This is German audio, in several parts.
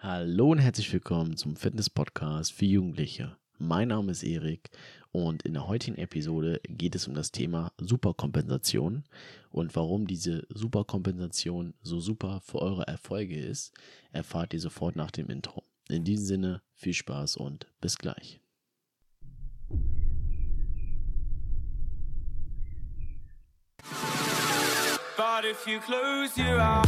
Hallo und herzlich willkommen zum Fitness-Podcast für Jugendliche. Mein Name ist Erik und in der heutigen Episode geht es um das Thema Superkompensation und warum diese Superkompensation so super für eure Erfolge ist, erfahrt ihr sofort nach dem Intro. In diesem Sinne, viel Spaß und bis gleich. But if you close your eyes.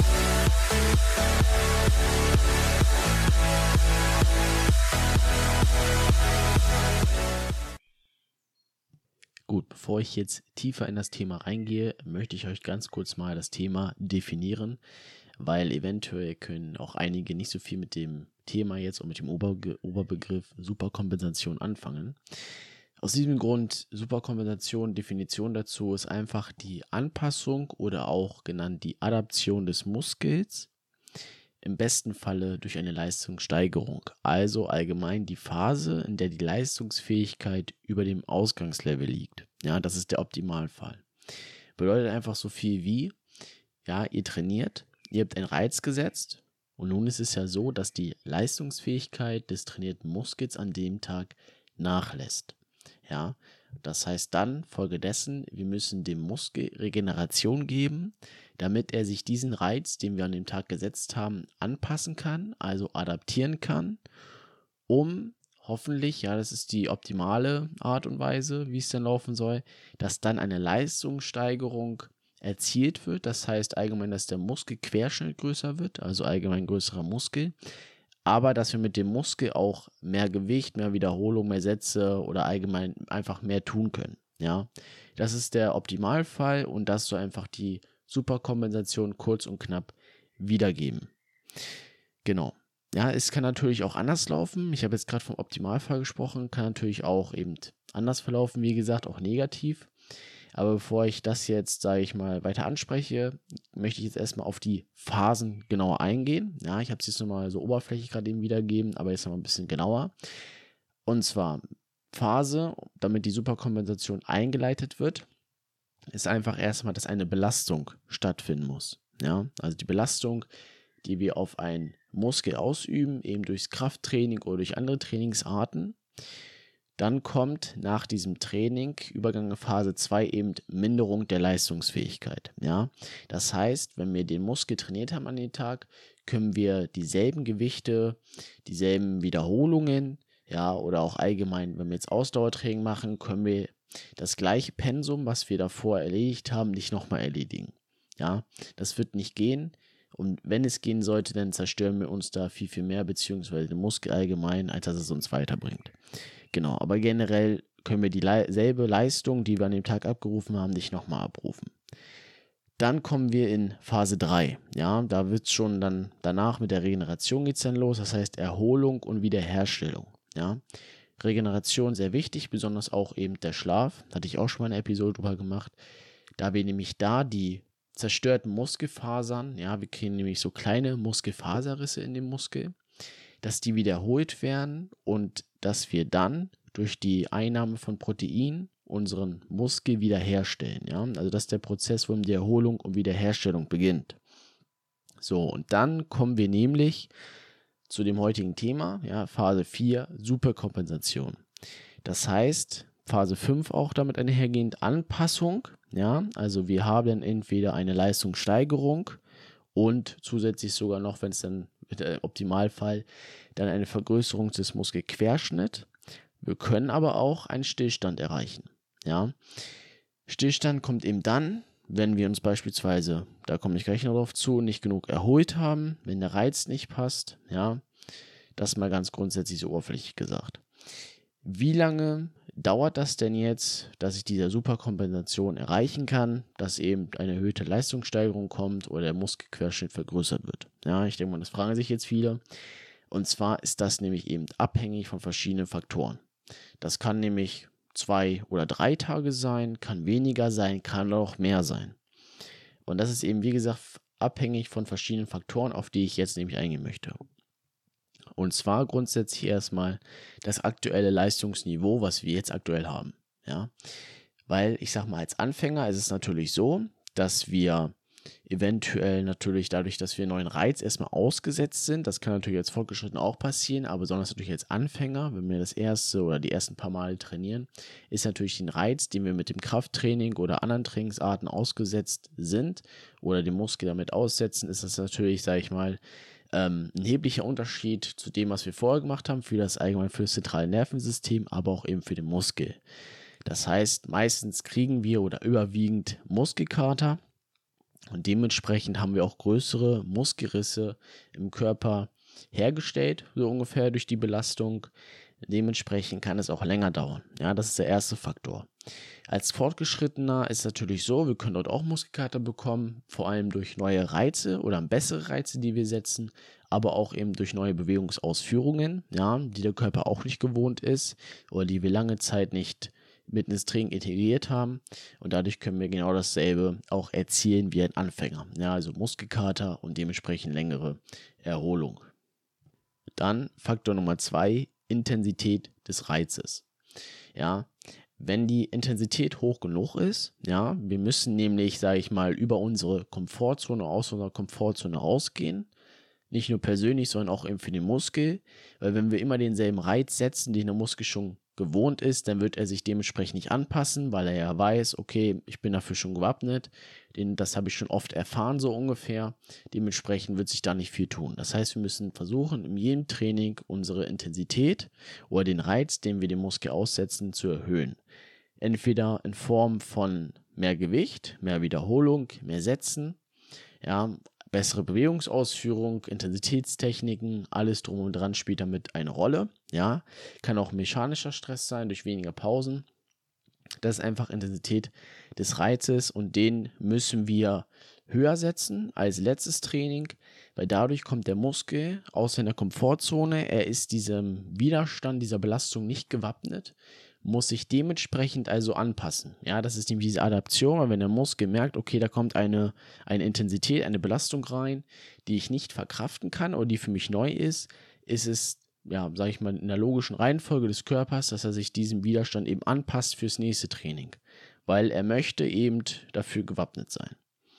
Gut, bevor ich jetzt tiefer in das Thema reingehe, möchte ich euch ganz kurz mal das Thema definieren, weil eventuell können auch einige nicht so viel mit dem Thema jetzt und mit dem Oberbegriff Superkompensation anfangen. Aus diesem Grund, Superkompensation, Definition dazu ist einfach die Anpassung oder auch genannt die Adaption des Muskels, im besten Falle durch eine Leistungssteigerung, also allgemein die Phase, in der die Leistungsfähigkeit über dem Ausgangslevel liegt. Ja, das ist der Optimalfall. Bedeutet einfach so viel wie, ja, ihr trainiert, ihr habt einen Reiz gesetzt und nun ist es ja so, dass die Leistungsfähigkeit des trainierten Muskels an dem Tag nachlässt. Ja, das heißt dann, folgedessen, wir müssen dem Muskel Regeneration geben, damit er sich diesen Reiz, den wir an dem Tag gesetzt haben, anpassen kann, also adaptieren kann, um hoffentlich, ja, das ist die optimale Art und Weise, wie es dann laufen soll, dass dann eine Leistungssteigerung erzielt wird. Das heißt allgemein, dass der Muskelquerschnitt größer wird, also allgemein größerer Muskel. Aber dass wir mit dem Muskel auch mehr Gewicht, mehr Wiederholung, mehr Sätze oder allgemein einfach mehr tun können. Ja, das ist der Optimalfall und das soll einfach die Superkompensation kurz und knapp wiedergeben. Genau. Ja, es kann natürlich auch anders laufen. Ich habe jetzt gerade vom Optimalfall gesprochen, kann natürlich auch eben anders verlaufen, wie gesagt, auch negativ. Aber bevor ich das jetzt, sage ich mal, weiter anspreche, möchte ich jetzt erstmal auf die Phasen genauer eingehen. Ja, ich habe es jetzt nochmal so oberflächlich gerade eben wiedergegeben, aber jetzt nochmal ein bisschen genauer. Und zwar Phase, damit die Superkompensation eingeleitet wird, ist einfach erstmal, dass eine Belastung stattfinden muss. Ja, also die Belastung, die wir auf einen Muskel ausüben, eben durchs Krafttraining oder durch andere Trainingsarten. Dann kommt nach diesem Training, Übergang in Phase 2, eben Minderung der Leistungsfähigkeit. Ja? Das heißt, wenn wir den Muskel trainiert haben an den Tag, können wir dieselben Gewichte, dieselben Wiederholungen, ja, oder auch allgemein, wenn wir jetzt Ausdauertraining machen, können wir das gleiche Pensum, was wir davor erledigt haben, nicht nochmal erledigen. Ja, das wird nicht gehen. Und wenn es gehen sollte, dann zerstören wir uns da viel, viel mehr, beziehungsweise den Muskel allgemein, als dass es uns weiterbringt. Genau, aber generell können wir dieselbe Leistung, die wir an dem Tag abgerufen haben, nicht nochmal abrufen. Dann kommen wir in Phase 3. Ja, da wird es schon dann danach mit der Regeneration geht es dann los, das heißt Erholung und Wiederherstellung. Ja, Regeneration sehr wichtig, besonders auch eben der Schlaf. Da hatte ich auch schon mal eine Episode drüber gemacht. Da wir nämlich da die zerstörten Muskelfasern, ja, wir kriegen nämlich so kleine Muskelfaserrisse in dem Muskel, dass die wiederholt werden und dass wir dann durch die Einnahme von Protein unseren Muskel wiederherstellen. Ja? Also das ist der Prozess, wo die Erholung und Wiederherstellung beginnt. So, und dann kommen wir nämlich zu dem heutigen Thema, ja, Phase 4, Superkompensation. Das heißt, Phase 5 auch damit einhergehend Anpassung. Ja? Also wir haben entweder eine Leistungssteigerung und zusätzlich sogar noch, wenn es dann im Optimalfall, dann eine Vergrößerung des Muskelquerschnitts. Wir können aber auch einen Stillstand erreichen. Ja? Stillstand kommt eben dann, wenn wir uns beispielsweise, da komme ich gleich noch drauf zu, nicht genug erholt haben, wenn der Reiz nicht passt. Ja? Das mal ganz grundsätzlich so oberflächlich gesagt. Wie lange dauert das denn jetzt, dass ich diese Superkompensation erreichen kann, dass eben eine erhöhte Leistungssteigerung kommt oder der Muskelquerschnitt vergrößert wird? Ja, ich denke mal, das fragen sich jetzt viele. Und zwar ist das nämlich eben abhängig von verschiedenen Faktoren. Das kann nämlich 2 oder 3 Tage sein, kann weniger sein, kann auch mehr sein. Und das ist eben, wie gesagt, abhängig von verschiedenen Faktoren, auf die ich jetzt nämlich eingehen möchte. Und zwar grundsätzlich erstmal das aktuelle Leistungsniveau, was wir jetzt aktuell haben. Ja? Weil ich sag mal, als Anfänger ist es natürlich so, dass wir eventuell natürlich dadurch, dass wir einen neuen Reiz erstmal ausgesetzt sind. Das kann natürlich als Fortgeschrittener auch passieren, aber besonders natürlich als Anfänger, wenn wir das erste oder die ersten paar Mal trainieren, ist natürlich den Reiz, den wir mit dem Krafttraining oder anderen Trainingsarten ausgesetzt sind oder den Muskel damit aussetzen, ist das natürlich, sage ich mal, ein erheblicher Unterschied zu dem, was wir vorher gemacht haben, für das zentrale Nervensystem, aber auch eben für den Muskel. Das heißt, meistens kriegen wir oder überwiegend Muskelkater und dementsprechend haben wir auch größere Muskelrisse im Körper hergestellt, so ungefähr durch die Belastung. Dementsprechend kann es auch länger dauern. Ja, das ist der erste Faktor. Als Fortgeschrittener ist es natürlich so, wir können dort auch Muskelkater bekommen, vor allem durch neue Reize oder bessere Reize, die wir setzen, aber auch eben durch neue Bewegungsausführungen, ja, die der Körper auch nicht gewohnt ist oder die wir lange Zeit nicht mitten ins Training integriert haben und dadurch können wir genau dasselbe auch erzielen wie ein Anfänger. Ja, also Muskelkater und dementsprechend längere Erholung. Dann Faktor Nummer 2, Intensität des Reizes. Ja, wenn die Intensität hoch genug ist, ja, wir müssen nämlich, sage ich mal, über unsere Komfortzone, aus unserer Komfortzone rausgehen, nicht nur persönlich, sondern auch eben für den Muskel, weil wenn wir immer denselben Reiz setzen, den der Muskel schon gewohnt ist, dann wird er sich dementsprechend nicht anpassen, weil er ja weiß, okay, ich bin dafür schon gewappnet, das habe ich schon oft erfahren, so ungefähr, dementsprechend wird sich da nicht viel tun. Das heißt, wir müssen versuchen, in jedem Training unsere Intensität oder den Reiz, den wir dem Muskel aussetzen, zu erhöhen. Entweder in Form von mehr Gewicht, mehr Wiederholung, mehr Sätzen, ja, bessere Bewegungsausführung, Intensitätstechniken, alles drum und dran spielt damit eine Rolle. Ja, kann auch mechanischer Stress sein durch weniger Pausen. Das ist einfach Intensität des Reizes und den müssen wir höher setzen als letztes Training, weil dadurch kommt der Muskel aus seiner Komfortzone. Er ist diesem Widerstand, dieser Belastung nicht gewappnet, muss sich dementsprechend also anpassen. Ja, das ist nämlich diese Adaption, weil wenn der Muskel merkt, okay, da kommt eine Intensität, eine Belastung rein, die ich nicht verkraften kann oder die für mich neu ist es, ja, sage ich mal, in der logischen Reihenfolge des Körpers, dass er sich diesem Widerstand eben anpasst fürs nächste Training, weil er möchte eben dafür gewappnet sein.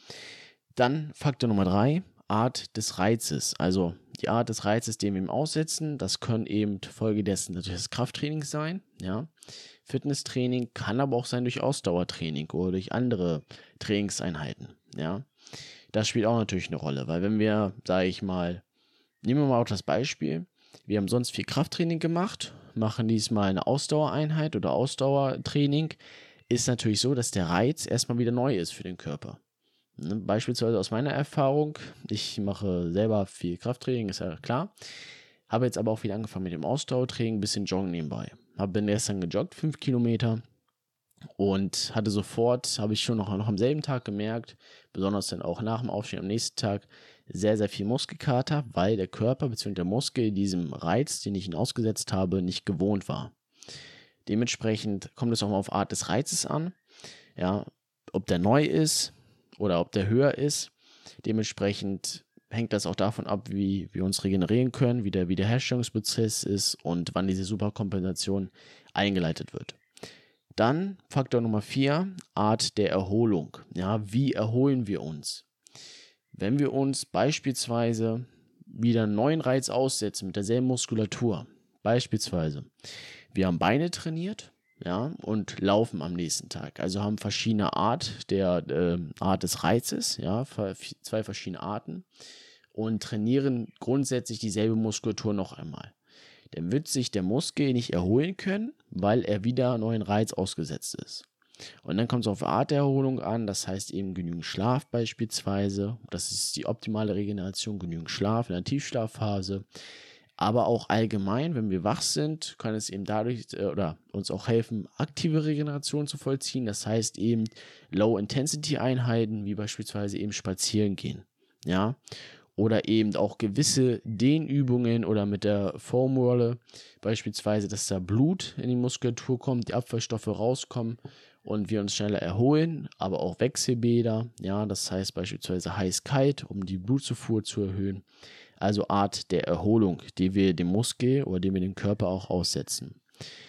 Dann Faktor Nummer 3, Art des Reizes. Also die Art des Reizes, den wir ihm aussetzen, das können eben Folge dessen natürlich das Krafttraining sein, ja. Fitnesstraining kann aber auch sein durch Ausdauertraining oder durch andere Trainingseinheiten, ja. Das spielt auch natürlich eine Rolle, weil wenn wir, sage ich mal, nehmen wir mal auch das Beispiel, wir haben sonst viel Krafttraining gemacht, machen diesmal eine Ausdauereinheit oder Ausdauertraining, ist natürlich so, dass der Reiz erstmal wieder neu ist für den Körper. Beispielsweise aus meiner Erfahrung, ich mache selber viel Krafttraining, ist ja klar, habe jetzt aber auch wieder angefangen mit dem Ausdauertraining, ein bisschen Joggen nebenbei. Bin gestern gejoggt, 5 Kilometer und habe ich schon noch am selben Tag gemerkt, besonders dann auch nach dem Aufstehen am nächsten Tag, sehr, sehr viel Muskelkater, weil der Körper bzw. der Muskel diesem Reiz, den ich ihn ausgesetzt habe, nicht gewohnt war. Dementsprechend kommt es auch mal auf Art des Reizes an, ja, ob der neu ist oder ob der höher ist. Dementsprechend hängt das auch davon ab, wie wir uns regenerieren können, wie der Wiederherstellungsprozess ist und wann diese Superkompensation eingeleitet wird. Dann Faktor Nummer 4, Art der Erholung. Ja, wie erholen wir uns? Wenn wir uns beispielsweise wieder einen neuen Reiz aussetzen mit derselben Muskulatur, beispielsweise, wir haben Beine trainiert, ja, und laufen am nächsten Tag. Also haben verschiedene Art des Reizes, ja, 2 verschiedene Arten und trainieren grundsätzlich dieselbe Muskulatur noch einmal. Dann wird sich der Muskel nicht erholen können, weil er wieder einen neuen Reiz ausgesetzt ist. Und dann kommt es auf die Art der Erholung an, das heißt eben genügend Schlaf beispielsweise. Das ist die optimale Regeneration, genügend Schlaf in der Tiefschlafphase. Aber auch allgemein, wenn wir wach sind, kann es eben dadurch oder uns auch helfen, aktive Regeneration zu vollziehen. Das heißt eben Low-Intensity-Einheiten, wie beispielsweise eben spazieren gehen. Ja? Oder eben auch gewisse Dehnübungen oder mit der Foamrolle, beispielsweise, dass da Blut in die Muskulatur kommt, die Abfallstoffe rauskommen und wir uns schneller erholen, aber auch Wechselbäder, ja, das heißt beispielsweise heiß-kalt, um die Blutzufuhr zu erhöhen. Also Art der Erholung, die wir dem Muskel oder dem wir dem Körper auch aussetzen.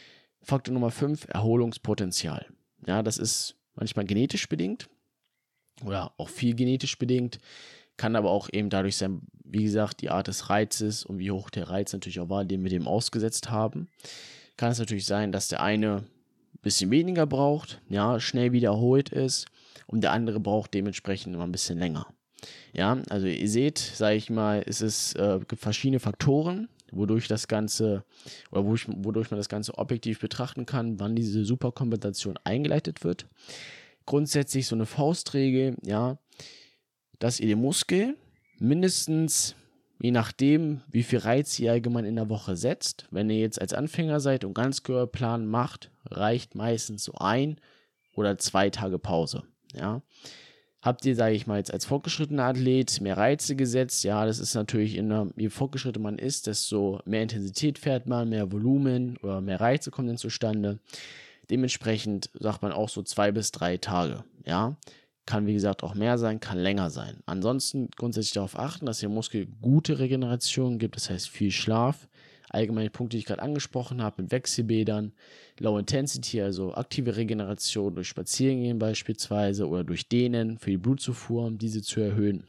Faktor Nummer 5, Erholungspotenzial. Ja, das ist manchmal genetisch bedingt. oder auch viel genetisch bedingt. Kann aber auch eben dadurch sein, wie gesagt, die Art des Reizes und wie hoch der Reiz natürlich auch war, den wir dem ausgesetzt haben. Kann es natürlich sein, dass der eine ein bisschen weniger braucht, ja, schnell wieder erholt ist und der andere braucht dementsprechend immer ein bisschen länger. Ja, also ihr seht, sage ich mal, gibt verschiedene Faktoren, wodurch das Ganze oder wodurch man das Ganze objektiv betrachten kann, wann diese Superkompensation eingeleitet wird. Grundsätzlich so eine Faustregel, ja, dass ihr den Muskel mindestens, je nachdem, wie viel Reiz ihr allgemein in der Woche setzt, wenn ihr jetzt als Anfänger seid und Ganzkörperplan macht, reicht meistens so 1 oder 2 Tage Pause, ja. Habt ihr, sage ich mal, jetzt als fortgeschrittener Athlet mehr Reize gesetzt? Ja, das ist natürlich, je fortgeschrittener man ist, desto mehr Intensität fährt man, mehr Volumen oder mehr Reize kommen dann zustande. Dementsprechend sagt man auch so 2 bis 3 Tage, ja. Kann, wie gesagt, auch mehr sein, kann länger sein. Ansonsten grundsätzlich darauf achten, dass ihr Muskel gute Regeneration gibt, das heißt viel Schlaf. Allgemeine Punkte, die ich gerade angesprochen habe, mit Wechselbädern, Low Intensity, also aktive Regeneration durch Spazierengehen beispielsweise oder durch Dehnen für die Blutzufuhr, um diese zu erhöhen.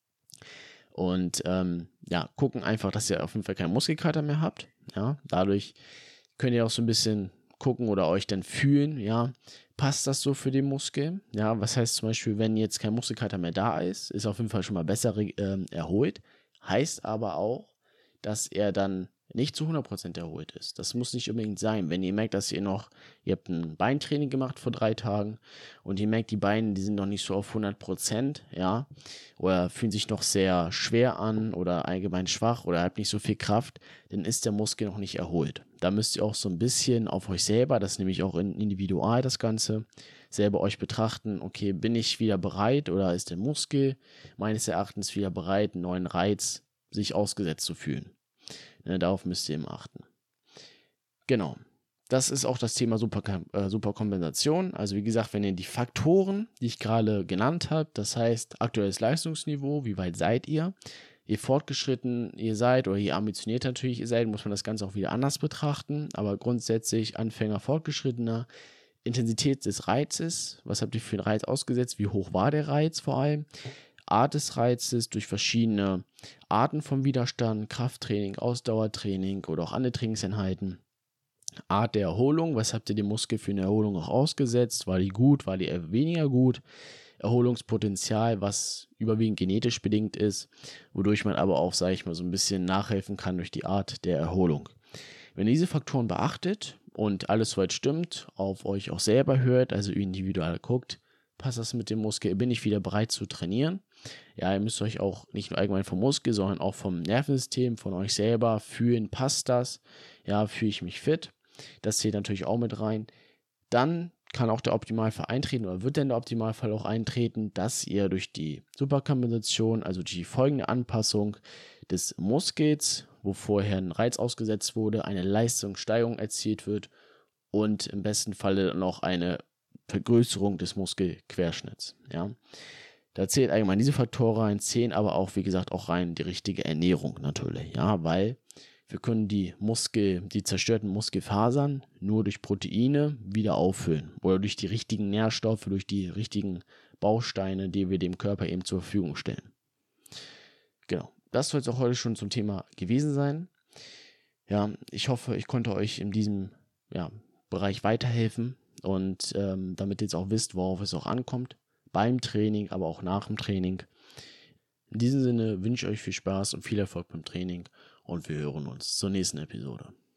Und gucken einfach, dass ihr auf jeden Fall keinen Muskelkater mehr habt. Ja, dadurch könnt ihr auch so ein bisschen gucken oder euch dann fühlen, ja, passt das so für den Muskel? Ja, was heißt zum Beispiel, wenn jetzt kein Muskelkater mehr da ist auf jeden Fall schon mal besser erholt, heißt aber auch, dass er dann nicht zu 100% erholt ist. Das muss nicht unbedingt sein. Wenn ihr merkt, dass ihr habt ein Beintraining gemacht vor 3 Tagen und ihr merkt, die Beine, die sind noch nicht so auf 100%, ja, oder fühlen sich noch sehr schwer an oder allgemein schwach oder habt nicht so viel Kraft, dann ist der Muskel noch nicht erholt. Da müsst ihr auch so ein bisschen auf euch selber, das ist nämlich auch individual das Ganze, selber euch betrachten, okay, bin ich wieder bereit oder ist der Muskel meines Erachtens wieder bereit, einen neuen Reiz sich ausgesetzt zu fühlen. Darauf müsst ihr eben achten. Genau. Das ist auch das Thema Superkompensation. Also wie gesagt, wenn ihr die Faktoren, die ich gerade genannt habe, das heißt aktuelles Leistungsniveau, wie weit seid ihr, je fortgeschritten ihr seid oder je ambitioniert natürlich ihr seid, muss man das Ganze auch wieder anders betrachten. Aber grundsätzlich Anfänger, Fortgeschrittener, Intensität des Reizes, was habt ihr für einen Reiz ausgesetzt, wie hoch war der Reiz vor allem, Art des Reizes durch verschiedene Arten von Widerstand, Krafttraining, Ausdauertraining oder auch andere Trainingseinheiten. Art der Erholung, was habt ihr dem Muskel für eine Erholung auch ausgesetzt? War die gut, war die eher weniger gut? Erholungspotenzial, was überwiegend genetisch bedingt ist, wodurch man aber auch, sage ich mal, so ein bisschen nachhelfen kann durch die Art der Erholung. Wenn ihr diese Faktoren beachtet und alles soweit stimmt, auf euch auch selber hört, also individuell guckt, passt das mit dem Muskel, bin ich wieder bereit zu trainieren? Ja, ihr müsst euch auch nicht nur allgemein vom Muskel, sondern auch vom Nervensystem, von euch selber fühlen, passt das? Ja, fühle ich mich fit? Das zählt natürlich auch mit rein. Dann kann auch der Optimalfall eintreten oder wird denn der Optimalfall auch eintreten, dass ihr durch die Superkompensation, also die folgende Anpassung des Muskels, wo vorher ein Reiz ausgesetzt wurde, eine Leistungssteigerung erzielt wird und im besten Falle dann auch eine Vergrößerung des Muskelquerschnitts. Ja. Da zählt allgemein diese Faktoren rein, zählen aber auch, wie gesagt, auch rein die richtige Ernährung natürlich. Ja, weil wir können die zerstörten Muskelfasern nur durch Proteine wieder auffüllen oder durch die richtigen Nährstoffe, durch die richtigen Bausteine, die wir dem Körper eben zur Verfügung stellen. Genau, das soll es auch heute schon zum Thema gewesen sein. Ja, ich hoffe, ich konnte euch in diesem Bereich weiterhelfen und damit ihr jetzt auch wisst, worauf es auch ankommt, beim Training, aber auch nach dem Training. In diesem Sinne wünsche ich euch viel Spaß und viel Erfolg beim Training und wir hören uns zur nächsten Episode.